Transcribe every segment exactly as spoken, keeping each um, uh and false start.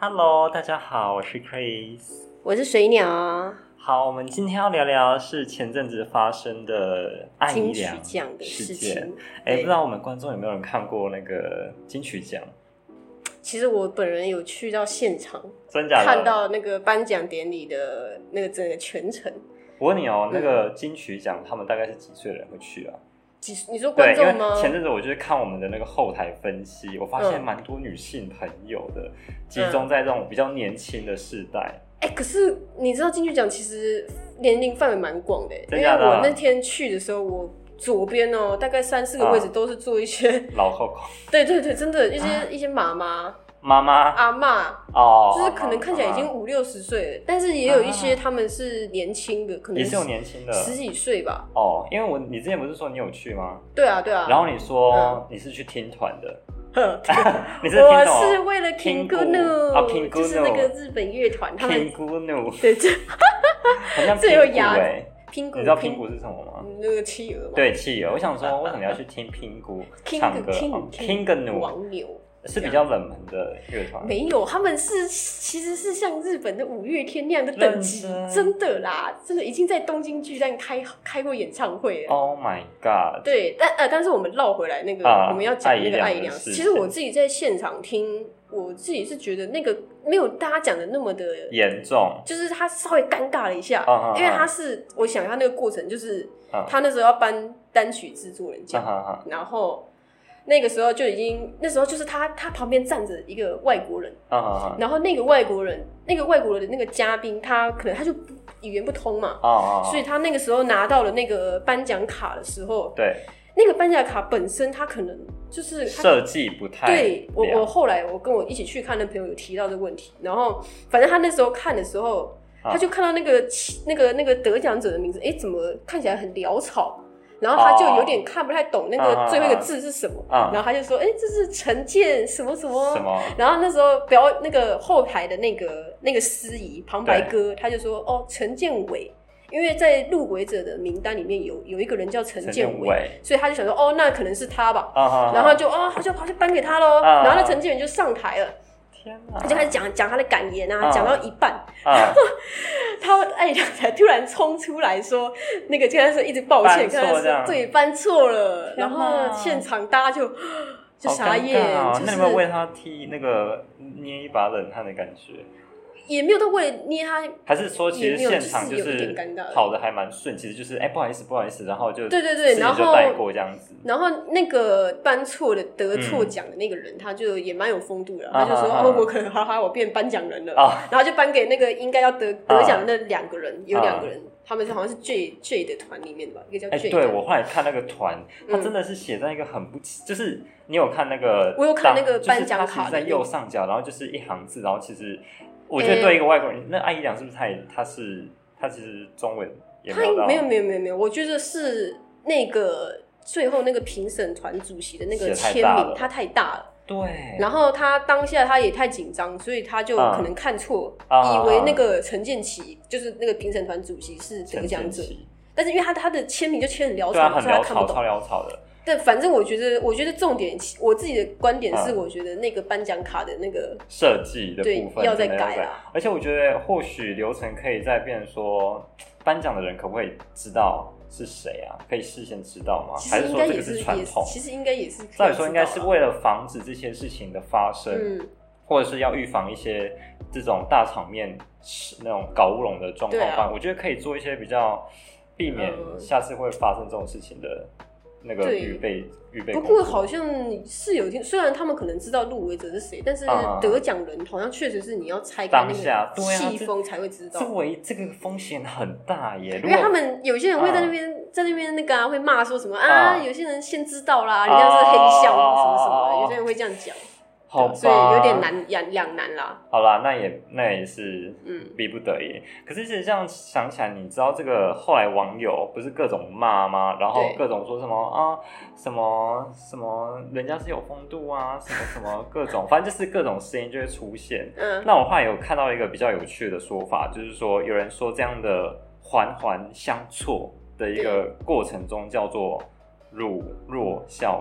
Hello， 大家好，我是 Chris， 我是水鸟。 好，我们今天要聊聊是前阵子发生的艾怡良金曲奖的事情。 哎，不知道我们观众有没有人看过那个金曲奖？ 其实我本人有去到现场， 真假的看到那个颁奖典礼的那个整个全程。 我问你哦，那个金曲奖他们大概是几岁的人会去啊？ 你说观众吗？ 前阵子我就是看我们的那个后台分析，我发现蛮多女性朋友的，嗯、集中在这种比较年轻的世代。 哎、欸，可是你知道金曲奖其实年龄范围蛮广的， 真假的？ 因为我那天去的时候，我左边哦，大概三四个位置都是坐一些老后口。 对对对，真的，一些、啊、一些妈妈。 妈妈、 阿嬷哦， 就是可能看起来已经五六十岁了，但是也有一些他们是年轻的，可能也是有年轻的十几岁吧。 哦，因为我你之前不是说你有去吗？ 对啊，对啊。 然后你说你是去听团的，你是我是为了 Kingunu 啊 Kingunu 就是那个日本乐团，他们 Kingunu 对，这很像这有牙哎。 拼鼓， 你知道拼鼓是什么吗？ 那个企鹅吗？ 对，企鹅。我想说，为什么要去听拼鼓唱歌 ？Kingunu 王牛。 是比较冷门的乐团， 没有，他们是其实是像日本的五月天那样的等级，真的啦，真的已经在东京巨蛋开开过演唱会了。 Oh my god！ 对，但呃，但是我们绕回来那个，啊、我们要讲那个艾怡良，其实我自己在现场听，我自己是觉得那个没有大家讲的那么的严重， 就是他稍微尴尬了一下， 啊、 因为他是我想他那个过程就是、啊、他那时候要颁单曲制作人奖， 啊、 然后。那个时候就已经，那时候就是他，他旁边站着一个外国人， uh, uh, uh. 然后那个外国人，那个外国人的那个嘉宾，他可能他就语言不通嘛， uh, uh, uh. 所以他那个时候拿到了那个颁奖卡的时候， 对， 那个颁奖卡本身他可能就是设计不太对我，我后来我跟我一起去看的朋友有提到这个问题，然后反正他那时候看的时候，他就看到那个那个那个得奖者的名字，哎，怎么看起来很潦草？然后他就有点看不太懂那个最后一个字是什么， uh, uh, uh. 然后他就说：“哎，这是陈建什么什么什么？” 然后那时候表那个后台的那个那个司仪旁白哥，他就说：“哦，陈建伟，因为在入围者的名单里面有有一个人叫陈建伟，所以他就想说：哦，那可能是他吧。Uh, uh, uh. 然后就哦，他就跑去颁给他喽。Uh, uh. 然后那陈建伟就上台了。” 天哪！ 他就开始讲讲他的感言啊，讲、uh, 到一半， uh. 然后他艾怡良才突然冲出来说，那个跟他说一直抱歉，跟他说对搬错了，然后现场大家就就傻眼、 哦就是。 那你有没有为他替那个捏一把冷汗的感觉？ 也没有都为了捏他， 还是说其实现场就是跑的还蛮顺， 其实就是哎、欸、不好意思不好意思，然后就对对对，然后带过这样子。 然后那个颁错的得错奖的那个人，嗯、他就也蛮有风度的， 嗯、 他就说、 啊、 哦我可能哈哈我变颁奖人了、 啊， 然后就颁给那个应该要得得奖的那两个人，有两个人。他们是好像是 J J 的团里面的吧，一个叫 J 的、 欸。对，我后来看那个团，他真的是写在一个很不，嗯、就是你有看那个， 我有看那个颁奖卡的，就是、在右上角，然后就是一行字，然后其实我觉得对一个外国人，欸、那艾怡良是不是他也他是他其实中文也没有到， 没有没有没有没有，我觉得是那个最后那个评审团主席的那个签名，他太大了。 对， 然后他当下他也太紧张，所以他就可能看错， 嗯、 以为那个陈建骐就是那个评审团主席是得奖者，但是因为他他的签名就签很潦草， 啊、所以他看不懂，超潦草的。 但反正我觉得，我觉得重点，我自己的观点是，我觉得那个颁奖卡的那个设计的部分要再改啦。 而且我觉得或许流程可以再变，说颁奖的人可不可以知道是谁啊？可以事先知道吗？还是说这个是传统？ 其实应该也是。 照理说应该是为了防止这些事情的发生，嗯、或者是要预防一些这种大场面那种搞乌龙的状况发生。啊、我觉得可以做一些比较避免下次会发生这种事情的那个预备预备。 不过好像是有听，虽然他们可能知道入围者是谁，但是得奖人好像确实是你要拆开那个气风才会知道。 这为这个风险很大耶， 因为他们有些人会在那边、嗯、在那边那个、啊、会骂说什么啊、嗯，有些人先知道啦，人家是黑箱、哦、什么什么，有些人会这样讲。 好吧， 所以有点难两两难啦。 好啦，那也那也是逼不得已。嗯、可是其实这样想起来，你知道这个后来网友不是各种骂吗？然后各种说什么啊，什么什么人家是有风度啊，什么什么各种，反正就是各种声音就会出现。嗯，那我后来有看到一个比较有趣的说法，就是说有人说这样的环环相错的一个过程中叫做乳弱效应。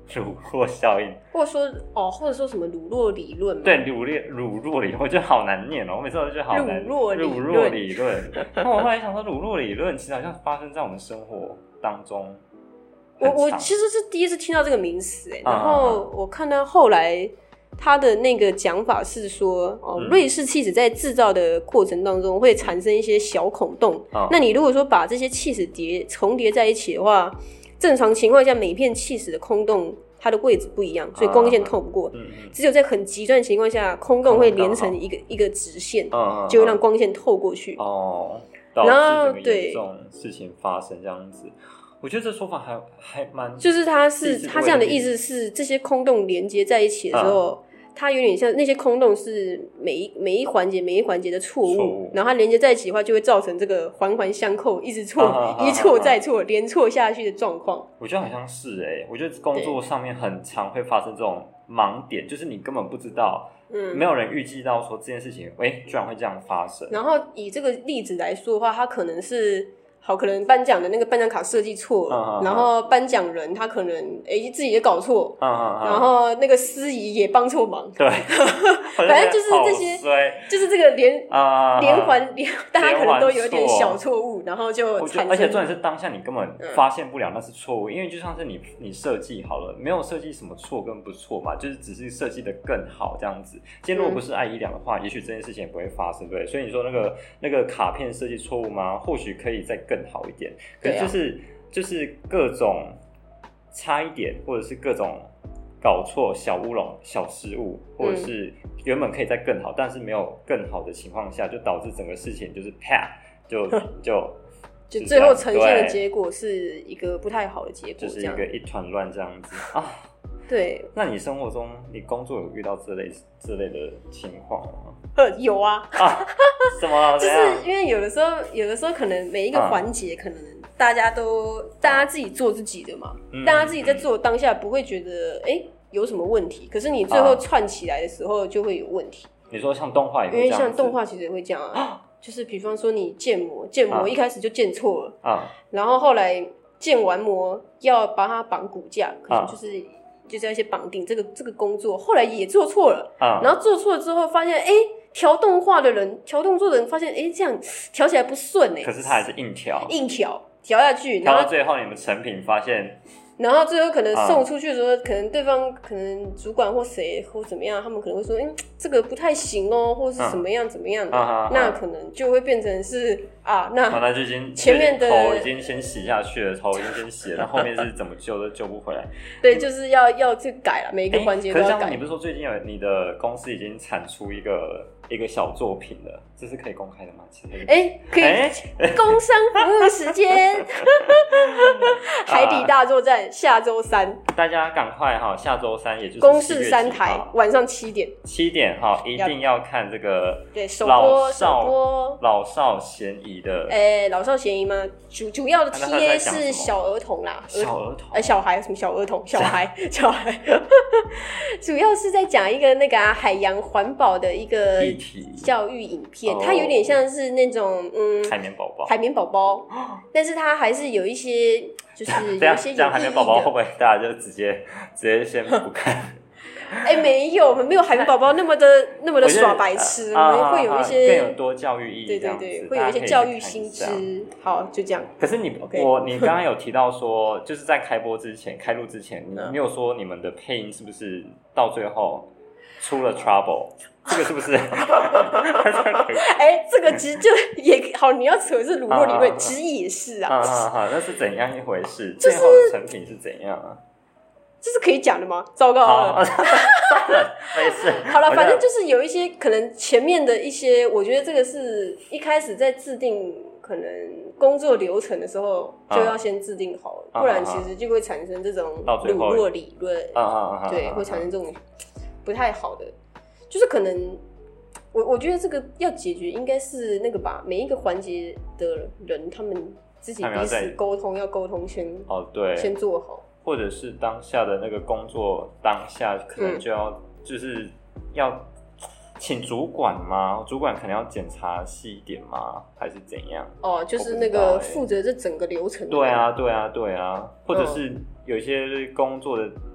乳酪效应， 或者说哦，或者说什么乳酪理论嘛？ 对，乳酪乳酪理论，我觉得好难念哦，我每次都觉得好难。 乳酪理论， 乳酪理论。那我后来想说，乳酪理论其实好像发生在我们生活当中。 我我其实是第一次听到这个名词哎、欸，然后我看到后来他的那个讲法是说，哦，嗯、瑞士起司在制造的过程当中会产生一些小孔洞，嗯、那你如果说把这些起司叠重叠在一起的话。正常情况下，每片起司的空洞它的位置不一样，所以光线透不过。嗯嗯、只有在很极端的情况下，空洞会连成一个一个直线，嗯、就会让光线透过去。 哦，导致这个严重事情发生这样子。我觉得这说法还还蛮…… 就是它是它这样的意思是，这些空洞连接在一起的时候。嗯它有点像那些空洞是每一每一环节每一环节的错误，误然后它连接在一起的话，就会造成这个环环相扣，一直错，啊、一错再错，啊、连错下去的状况。 我觉得好像是哎、欸，我觉得工作上面很常会发生这种盲点，就是你根本不知道，嗯，没有人预计到说这件事情，哎、欸，居然会这样发生。 然后以这个例子来说的话，它可能是。好，可能颁奖的那个颁奖卡设计错了，嗯嗯、然后颁奖人他可能哎、欸、自己也搞错，嗯嗯嗯、然后那个司仪也帮错忙， 对， 反正就是这些，就是这个连、嗯、连环连，大家可能都有点小错误，然后就产生， 而且重点是当下你根本发现不了那是错误，嗯、因为就像是你你设计好了，没有设计什么错跟不错嘛，就是只是设计的更好这样子。今天如果不是爱姨良的话，嗯、也许这件事情也不会发生，对。所以你说那个那个卡片设计错误吗？或许可以再更好一点，可是就是、啊、就是各种差一点，或者是各种搞错、小乌龙、小失误，或者是原本可以再更好，但是没有更好的情况下，就导致整个事情就是啪就就就最后呈现的结果是一个不太好的结果， 就是一个一团乱这样子啊。 对， 那你生活中你工作有遇到这类这类的情况吗？ 呃，有啊， 啊什么？ 就是因为有的时候，有的时候可能每一个环节，可能大家都、嗯、大家自己做自己的嘛，嗯、大家自己在做当下不会觉得哎、欸、有什么问题，可是你最后串起来的时候就会有问题。 你说像动画也会这样子， 因为像动画其实也会这样啊，就是比方说你建模，建模一开始就建错了，啊、然后后来建完模要把它绑骨架，可能就是。啊就是要一些绑定这个这个工作，后来也做错了，嗯、然后做错了之后发现，哎，调动画的人、调动作的人发现，哎，这样调起来不顺哎。 可是他还是硬调， 硬调调下去， 调到最后你们成品发现。 然后最后可能送出去的时候，嗯、可能对方可能主管或谁或怎么样，他们可能会说，嗯，这个不太行哦，或是怎么样怎么样的，嗯、那可能就会变成是啊，那啊那就已经前面的头已经先洗下去了，头已经先洗了，那后面是怎么救都救不回来。 对，就是要要去改了，每一个环节都要改。 可是这样，你不是说最近有你的公司已经产出一个一个小作品了，这是可以公开的吗？其实哎，可以，欸、工商服务时间，海底大作战。下周三， 大家赶快哈！下周三也就是公视三台晚上七点， 七点哈，一定要看这个对首播首播老少咸宜的。 哎、欸，老少咸宜吗？主主要的 T A 是小儿童啦， 小儿童， 哎、欸，小孩什么小儿童？小孩，小孩，主要是在讲一个那个、啊、海洋环保的一个教育影片，它有点像是那种嗯海绵宝宝， 海绵宝宝，但是它还是有一些。就是有一些有意义的， 这样海绵宝宝会不会大家就直接直接先不看？ 哎、欸，没有，我们没有海绵宝宝那么的那么的耍白痴，我们会有一些更有多教育意义， 对对对，会有一些教育新知。好，就这样。 可是你 okay. 我你刚刚有提到说，就是在开播之前、开录之前，你你有说你们的配音是不是到最后出了 trouble？这个是不是？ 哎、欸，这个其实就也好，你要扯的是乳酪理论，其实也是啊。 啊啊啊！那是怎样一回事？就是、最后的成品是怎样啊？ 这是可以讲的吗？糟糕了， 没事。 好了，反正就是有一些可能前面的一些，我觉得这个是一开始在制定可能工作流程的时候就要先制定好，啊、不然其实就会产生这种乳酪理论， 啊、 对，会产生这种不太好的。就是可能，我我觉得这个要解决应该是那个吧，每一个环节的人他们自己彼此沟通要沟通先哦对， 先做好， 或者是当下的那个工作当下可能就要、嗯、就是要请主管吗？主管可能要检查细一点吗？还是怎样？ 哦，就是那个负责这整个流程的。 对啊，对啊，对啊，或者是有一些工作的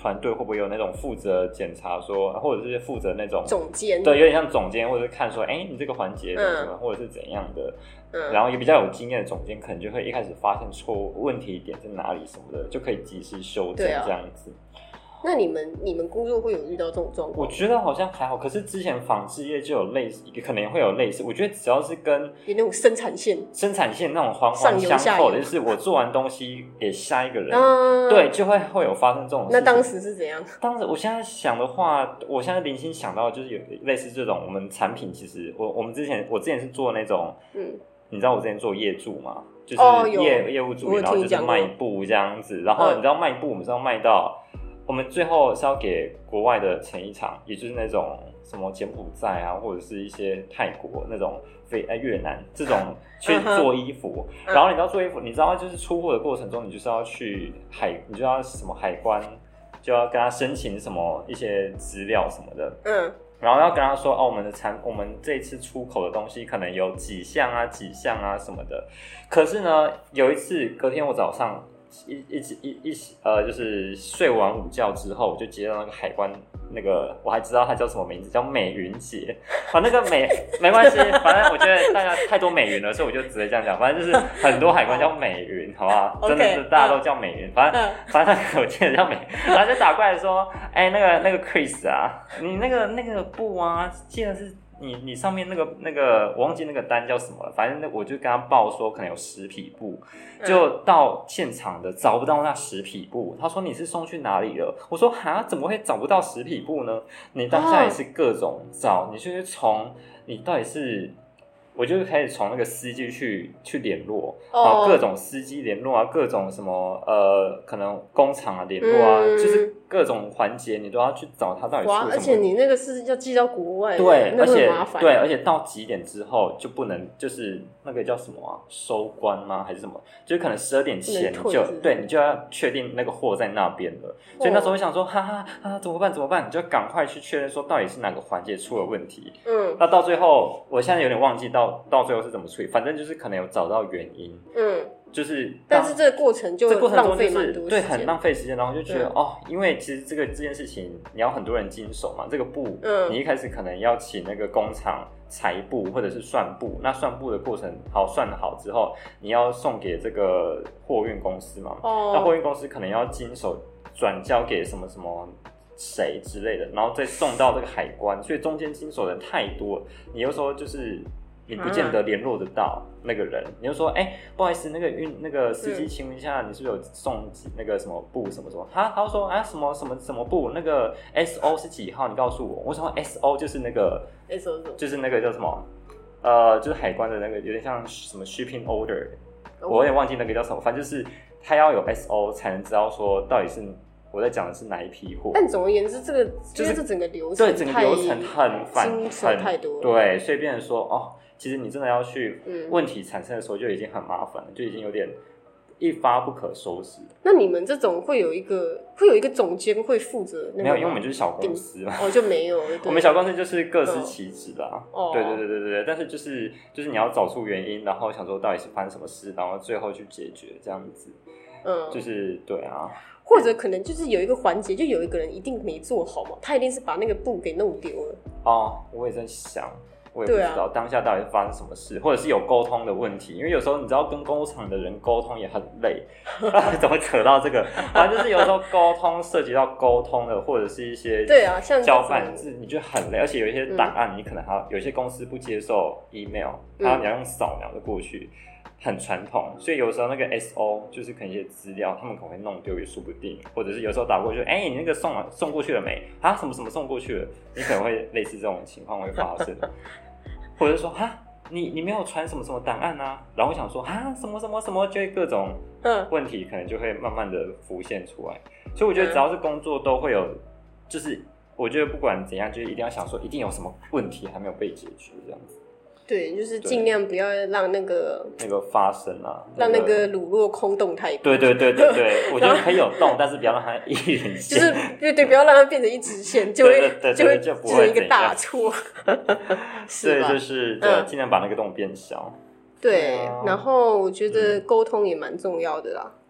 团队会不会有那种负责检查说，或者是负责那种总监， 对，有点像总监，或者是看说，哎、欸，你这个环节怎么怎么、嗯，或者是怎样的，嗯，然后也比较有经验的总监，可能就会一开始发现错误问题点在哪里什么的，就可以及时修正这样子。 那你们你们工作会有遇到这种状况？ 我觉得好像还好，可是之前纺织业就有类似，可能会有类似。我觉得只要是跟有那种生产线、 生产线那种环环相扣的，就是我做完东西给下一个人， 嗯、 对，就会会有发生这种事情。 那当时是怎样？ 当时我现在想的话，我现在零星想到就是有类似这种，我们产品其实我我们之前我之前是做那种，嗯，你知道我之前做业助嘛，就是业、哦、业务助理，然后就是卖布这样子，然后你知道卖布我们是要卖到。我们最后是要给国外的成衣厂，也就是那种什么柬埔寨啊，或者是一些泰国那种非呃越南这种去做衣服。然后你知道做衣服，你知道就是出货的过程中，你就是要去海，你就要什么海关，就要跟他申请什么一些资料什么的。嗯。然后要跟他说哦，我们的产，我们这一次出口的东西可能有几项啊、几项啊什么的。可是呢，有一次隔天我早上。一一一一呃，就是睡完午觉之后，我就接到那个海关，那个我还知道它叫什么名字，叫美云姐。啊，那个美没关系，反正我觉得大家太多美云了，所以我就直接这样讲。反正就是很多海关叫美云，好不好？真的是大家都叫美云。反正反正我记得叫美云，然后就打过来说，哎、欸，那个那个 Chris 啊，你那个那个布啊，记得是。你你上面那个那个我忘记那个单叫什么了，反正我就跟他报说可能有十匹布，就到现场的找不到那十匹布，他说你是送去哪里了？我说哈怎么会找不到十匹布呢？你当下也是各种找，你就是从你到底是。我就开始从那个司机去去联络，然后各种司机联络啊，各种什么呃，可能工厂啊联络啊，嗯、就是各种环节你都要去找他到底出什么。 而且你那个是要寄到国外， 对， 那而且麻烦。 对，而且到几点之后就不能，就是那个叫什么啊，收官吗？还是什么？就是可能十二点前就对你就要确定那个货在那边了。所以那时候我想说，哈哈哈，怎么办？怎么办？你就赶快去确认说到底是哪个环节出了问题。嗯，那到最后，我现在有点忘记到。到, 到最后是怎么处理？反正就是可能有找到原因，嗯，就是， 但是这个过程就浪费蛮多时间， 对，很浪费时间，然后就觉得、嗯、哦，因为其实这个这件事情你要很多人经手嘛，这个布，嗯，你一开始可能要请那个工厂裁布或者是算布，那算布的过程好算好之后，你要送给这个货运公司嘛，哦，那货运公司可能要经手转交给什么什么。谁之类的，然后再送到这个海关，所以中间经手人太多了，你有时候就是你不见得联络得到那个人，嗯、你就说，哎、欸，不好意思，那个运那个司机，请问一下，你是不是有送那个什么布什么什么？他他说啊，什么什么什么布，那个 S O 是几号？你告诉我。我想说 S O 就是那个 S O 就是那个叫什么？呃，就是海关的那个，有点像什么 shipping order，、哦、我有点忘记那个叫什么，反正就是他要有 S O 才能知道说到底是。我在讲的是哪一批货？ 但总而言之，这个就是这整个流程， 对整个流程很繁很太多了， 对，所以变成说哦，其实你真的要去，嗯，问题产生的时候就已经很麻烦了，就已经有点一发不可收拾。 那你们这种会有一个会有一个总监会负责那个？ 没有，因为我们就是小公司嘛， 哦，就没有。 我们小公司就是各司其职啦。哦，对对对对对，但是就是就是你要找出原因，然后想说到底是发生什么事，然后最后去解决这样子。嗯，就是对啊。 或者可能就是有一个环节，就有一个人一定没做好嘛，他一定是把那个布给弄丢了。 哦，我也在想，我也不知道、啊、当下到底发生什么事，或者是有沟通的问题。因为有时候你知道跟工厂的人沟通也很累，怎么扯到这个？反正就是有时候沟通涉及到沟通的，或者是一些对啊，像交办制，你觉得很累，而且有一些档案你可能还要，有些公司不接受 email， 然后你要用扫描的过去。很传统，所以有时候那个 S O 就是可能一些资料，他们可能会弄丢也说不定，或者是有时候打过去，哎、欸，你那个送送过去了没？啊，什么什么送过去了？你可能会类似这种情况会发生，或者是说，哈，你你没有传什么什么档案啊？然后我想说，啊，什么什么什么，就会各种问题可能就会慢慢的浮现出来。所以我觉得只要是工作都会有，就是我觉得不管怎样，就一定要想说，一定有什么问题还没有被解决这样子。 对，就是尽量不要让那个那个发生啊， 让那个乳酪空洞太多。 对对对对对，我觉得可以有洞，但是不要让它一连线。 就是对对，不要让它变成一直线，就会就会就不会一个大错。 对，就是对，尽量把那个洞变小。 对，然后我觉得沟通也蛮重要的啦。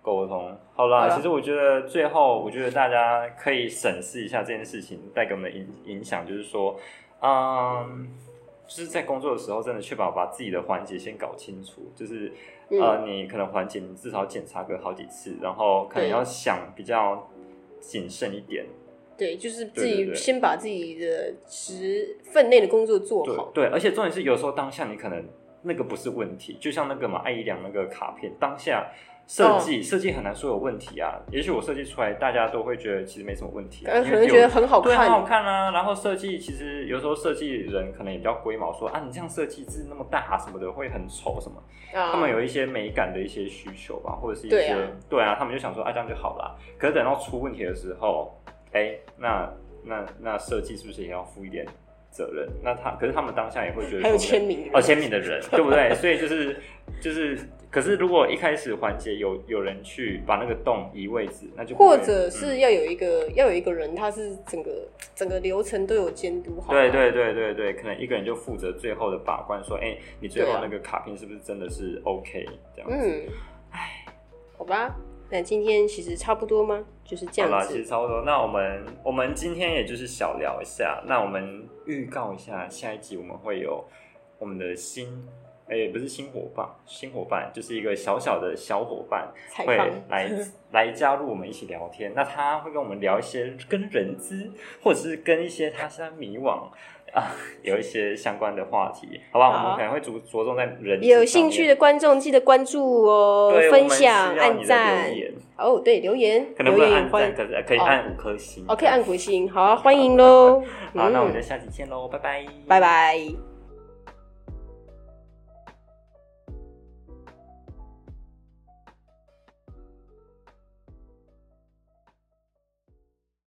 沟通。好啦，其实我觉得最后，我觉得大家可以审视一下这件事情带给我们的影影响，就是说，嗯，就是在工作的时候，真的确保把自己的环节先搞清楚，就是、嗯、呃，你可能环节你至少检查个好几次，然后可能要想比较谨慎一点。 对，就是自己先把自己的职分内的工作做好。 对，对，而且重点是有时候当下你可能那个不是问题，就像那个嘛艾怡良那个卡片，当下设计设计很难说有问题啊。也许我设计出来，大家都会觉得其实没什么问题、啊， 可能觉得很好看， 对，很好看啊。然后设计其实有时候设计人可能也比较龟毛，说啊你这样设计字那么大什么的会很丑什么。啊、他们有一些美感的一些需求吧，或者是一些对 啊, 对啊，他们就想说啊这样就好啦。可是等到出问题的时候。哎，那那那设计是不是也要负一点责任？那他可是他们当下也会觉得还有签名哦，签名的人对不对？所以就是就是，可是如果一开始环节有有人去把那个洞移位置，那就或者是要有一个、嗯、要有一个人，他是整个整个流程都有监督好。 对对对对对，可能一个人就负责最后的把关，说哎，你最后那个卡片是不是真的是 OK 这样子？嗯， 哎，好吧。那今天其实差不多吗？就是这样子。 好啦，其实差不多。那我们我们今天也就是小聊一下。那我们预告一下，下一集我们会有我们的新，哎、欸，不是新伙伴，新伙伴就是一个小小的小伙伴会来来加入我们一起聊天。那他会跟我们聊一些跟人资，或者是跟一些他现在迷惘。啊，有一些相关的话题，好吧，我们可能会着着重在人。 有兴趣的观众记得关注哦，分享、按赞。哦，对，留言， 可能不能按赞，可是可以按五颗星。 哦，可以按五颗星，好啊，欢迎喽。 好，那我们就下期见喽，拜拜， 拜拜。